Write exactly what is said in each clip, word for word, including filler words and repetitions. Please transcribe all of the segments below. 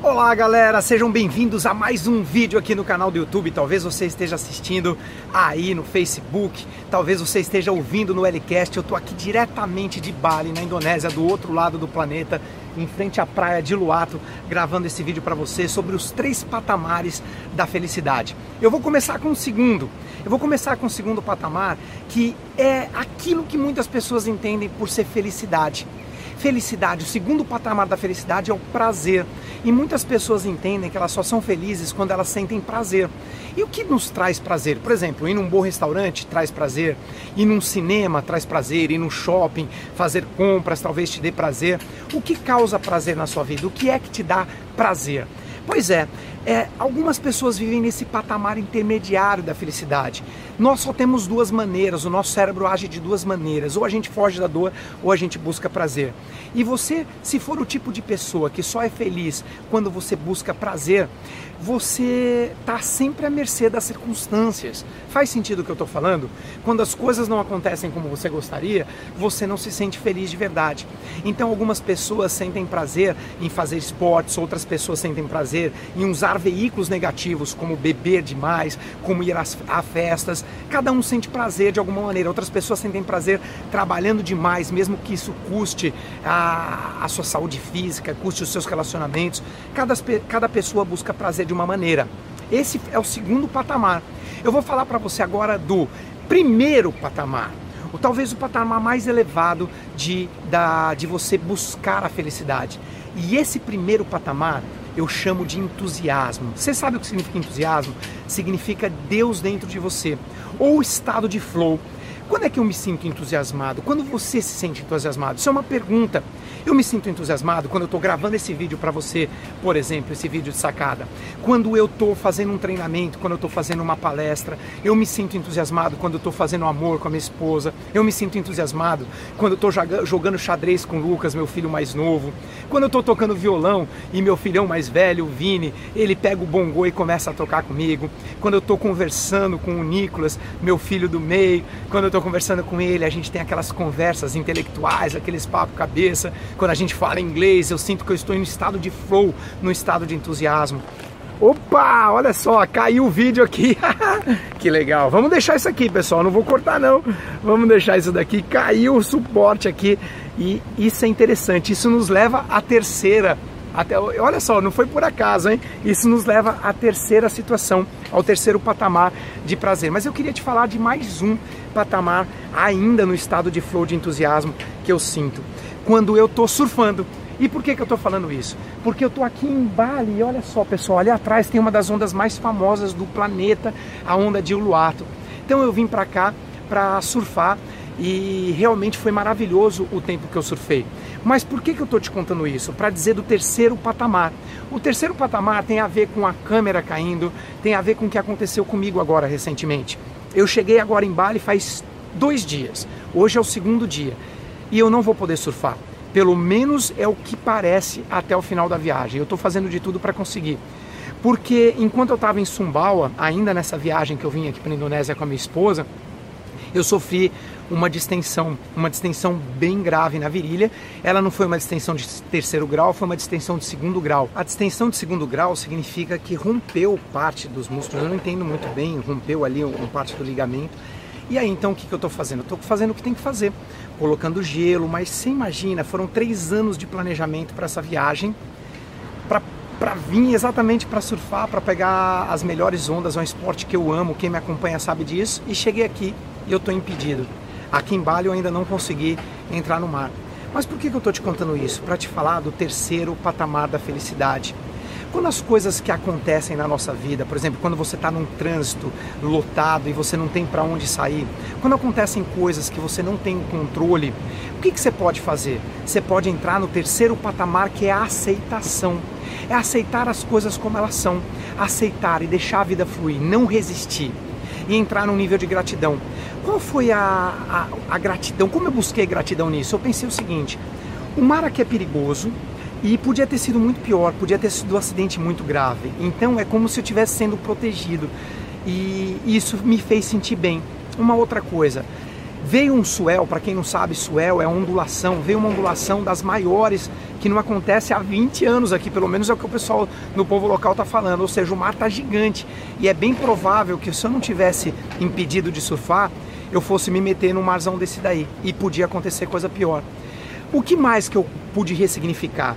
Olá galera, sejam bem-vindos a mais um vídeo aqui no canal do YouTube. Talvez você esteja assistindo aí no Facebook, talvez você esteja ouvindo no L-Cast. Eu tô aqui diretamente de Bali, na Indonésia, do outro lado do planeta, em frente à praia de Uluwatu, gravando esse vídeo para você sobre os três patamares da felicidade. Eu vou começar com o segundo. Eu vou começar com o segundo patamar, que é aquilo que muitas pessoas entendem por ser felicidade. Felicidade, o segundo patamar da felicidade é o prazer. E muitas pessoas entendem que elas só são felizes quando elas sentem prazer. E o que nos traz prazer? Por exemplo, ir num bom restaurante traz prazer, ir num cinema traz prazer, ir num shopping, fazer compras talvez te dê prazer. O que causa prazer na sua vida? O que é que te dá prazer? Pois é, é, algumas pessoas vivem nesse patamar intermediário da felicidade. Nós só temos duas maneiras, o nosso cérebro age de duas maneiras, ou a gente foge da dor, ou a gente busca prazer. E você, se for o tipo de pessoa que só é feliz quando você busca prazer, você está sempre à mercê das circunstâncias. Faz sentido o que eu estou falando? Quando as coisas não acontecem como você gostaria, você não se sente feliz de verdade. Então algumas pessoas sentem prazer em fazer esportes, outras pessoas sentem prazer em usar veículos negativos, como beber demais, como ir às, a festas. Cada um sente prazer de alguma maneira. Outras pessoas sentem prazer trabalhando demais, mesmo que isso custe a, a sua saúde física, custe os seus relacionamentos. Cada, cada pessoa busca prazer de uma maneira. Esse é o segundo patamar. Eu vou falar para você agora do primeiro patamar, ou talvez o patamar mais elevado de, da, de você buscar a felicidade. E esse primeiro patamar eu chamo de entusiasmo. Você sabe o que significa entusiasmo? Significa Deus dentro de você, ou estado de flow. Quando é que eu me sinto entusiasmado? Quando você se sente entusiasmado? Isso é uma pergunta. Eu me sinto entusiasmado quando eu estou gravando esse vídeo para você, por exemplo, esse vídeo de sacada. Quando eu estou fazendo um treinamento, quando eu estou fazendo uma palestra. Eu me sinto entusiasmado quando eu estou fazendo amor com a minha esposa. Eu me sinto entusiasmado quando eu estou jogando xadrez com o Lucas, meu filho mais novo. Quando eu estou tocando violão e meu filhão mais velho, o Vini, ele pega o bongô e começa a tocar comigo. Quando eu estou conversando com o Nicolas, meu filho do meio, quando eu estou conversando com ele, a gente tem aquelas conversas intelectuais, aqueles papo cabeça. Quando a gente fala inglês, eu sinto que eu estou em um estado de flow, num estado de entusiasmo. Opa, olha só, caiu o vídeo aqui. Que legal. Vamos deixar isso aqui, pessoal, não vou cortar não. Vamos deixar isso daqui, caiu o suporte aqui. E isso é interessante, isso nos leva à terceira. Até, olha só, não foi por acaso, hein? Isso nos leva à terceira situação, ao terceiro patamar de prazer. Mas eu queria te falar de mais um patamar ainda no estado de flow, de entusiasmo que eu sinto. Quando eu tô surfando. E por que que eu tô falando isso? Porque eu tô aqui em Bali e olha só, pessoal, ali atrás tem uma das ondas mais famosas do planeta, a onda de Uluwatu. Então eu vim pra cá pra surfar e realmente foi maravilhoso o tempo que eu surfei. Mas por que que eu tô te contando isso? Para dizer do terceiro patamar. O terceiro patamar tem a ver com a câmera caindo, tem a ver com o que aconteceu comigo agora recentemente. Eu cheguei agora em Bali faz dois dias, hoje é o segundo dia. E eu não vou poder surfar, pelo menos é o que parece até o final da viagem. Eu estou fazendo de tudo para conseguir, porque enquanto eu estava em Sumbawa, ainda nessa viagem que eu vim aqui para a Indonésia com a minha esposa, eu sofri uma distensão, uma distensão bem grave na virilha. Ela não foi uma distensão de terceiro grau, foi uma distensão de segundo grau. A distensão de segundo grau significa que rompeu parte dos músculos, eu não entendo muito bem, rompeu ali uma parte do ligamento. E aí, então, o que que eu estou fazendo? Eu estou fazendo o que tem que fazer, colocando gelo, mas você imagina, foram três anos de planejamento para essa viagem, para vir exatamente para surfar, para pegar as melhores ondas, é um esporte que eu amo, quem me acompanha sabe disso, e cheguei aqui e eu estou impedido. Aqui em Bali eu ainda não consegui entrar no mar. Mas por que que eu estou te contando isso? Para te falar do terceiro patamar da felicidade. Quando as coisas que acontecem na nossa vida, por exemplo, quando você está num trânsito lotado e você não tem para onde sair, quando acontecem coisas que você não tem controle, o que que você pode fazer? Você pode entrar no terceiro patamar, que é a aceitação. É aceitar as coisas como elas são, aceitar e deixar a vida fluir, não resistir e entrar num nível de gratidão. Qual foi a, a, a gratidão? Como eu busquei gratidão nisso? Eu pensei o seguinte, o mar aqui é perigoso, e podia ter sido muito pior, podia ter sido um acidente muito grave. Então é como se eu estivesse sendo protegido. E isso me fez sentir bem. Uma outra coisa, Veio um swell, para quem não sabe, swell é ondulação, veio uma ondulação das maiores que não acontece há vinte anos aqui, pelo menos é o que o pessoal no povo local está falando, ou seja, o mar está gigante e é bem provável que se eu não tivesse impedido de surfar, eu fosse me meter num marzão desse daí e podia acontecer coisa pior. O que mais que eu pude ressignificar?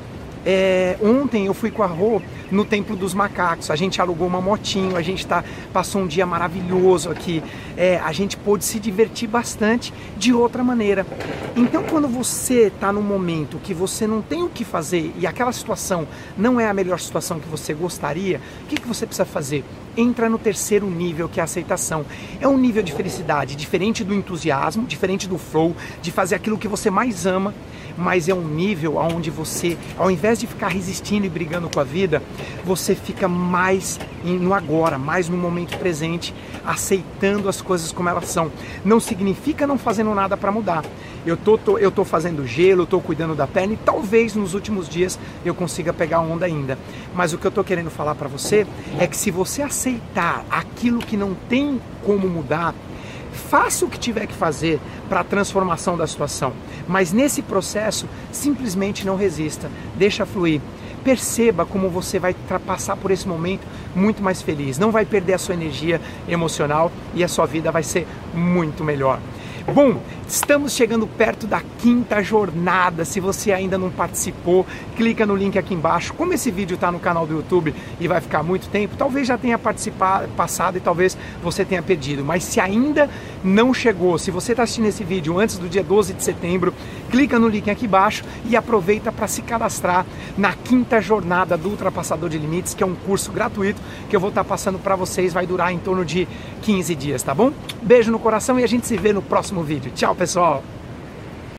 É, ontem eu fui com a Rô no Templo dos Macacos, a gente alugou uma motinho, a gente tá, passou um dia maravilhoso aqui, é, a gente pôde se divertir bastante de outra maneira. Então quando você está num momento que você não tem o que fazer e aquela situação não é a melhor situação que você gostaria, o que, que você precisa fazer? Entra no terceiro nível, que é a aceitação. É um nível de felicidade diferente do entusiasmo, diferente do flow, de fazer aquilo que você mais ama, mas é um nível onde você, ao invés de ficar resistindo e brigando com a vida, você fica mais no agora, mais no momento presente, aceitando as coisas como elas são. Não significa não fazendo nada para mudar. Eu tô, tô, eu tô fazendo gelo, tô cuidando da perna e talvez nos últimos dias eu consiga pegar onda ainda. Mas o que eu tô querendo falar para você é que se você aceitar aquilo que não tem como mudar, faça o que tiver que fazer para a transformação da situação, mas nesse processo simplesmente não resista, deixa fluir. Perceba como você vai passar por esse momento muito mais feliz, não vai perder a sua energia emocional e a sua vida vai ser muito melhor. Bom, estamos chegando perto da quinta jornada. Se você ainda não participou, clica no link aqui embaixo. Como esse vídeo está no canal do YouTube e vai ficar muito tempo, talvez já tenha participado, passado e talvez você tenha perdido. Mas se ainda não chegou, se você está assistindo esse vídeo antes do dia doze de setembro, clica no link aqui embaixo e aproveita para se cadastrar na quinta jornada do Ultrapassador de Limites, que é um curso gratuito que eu vou estar passando para vocês. Vai durar em torno de quinze dias, tá bom? Beijo no coração e a gente se vê no próximo vídeo. Tchau, pessoal!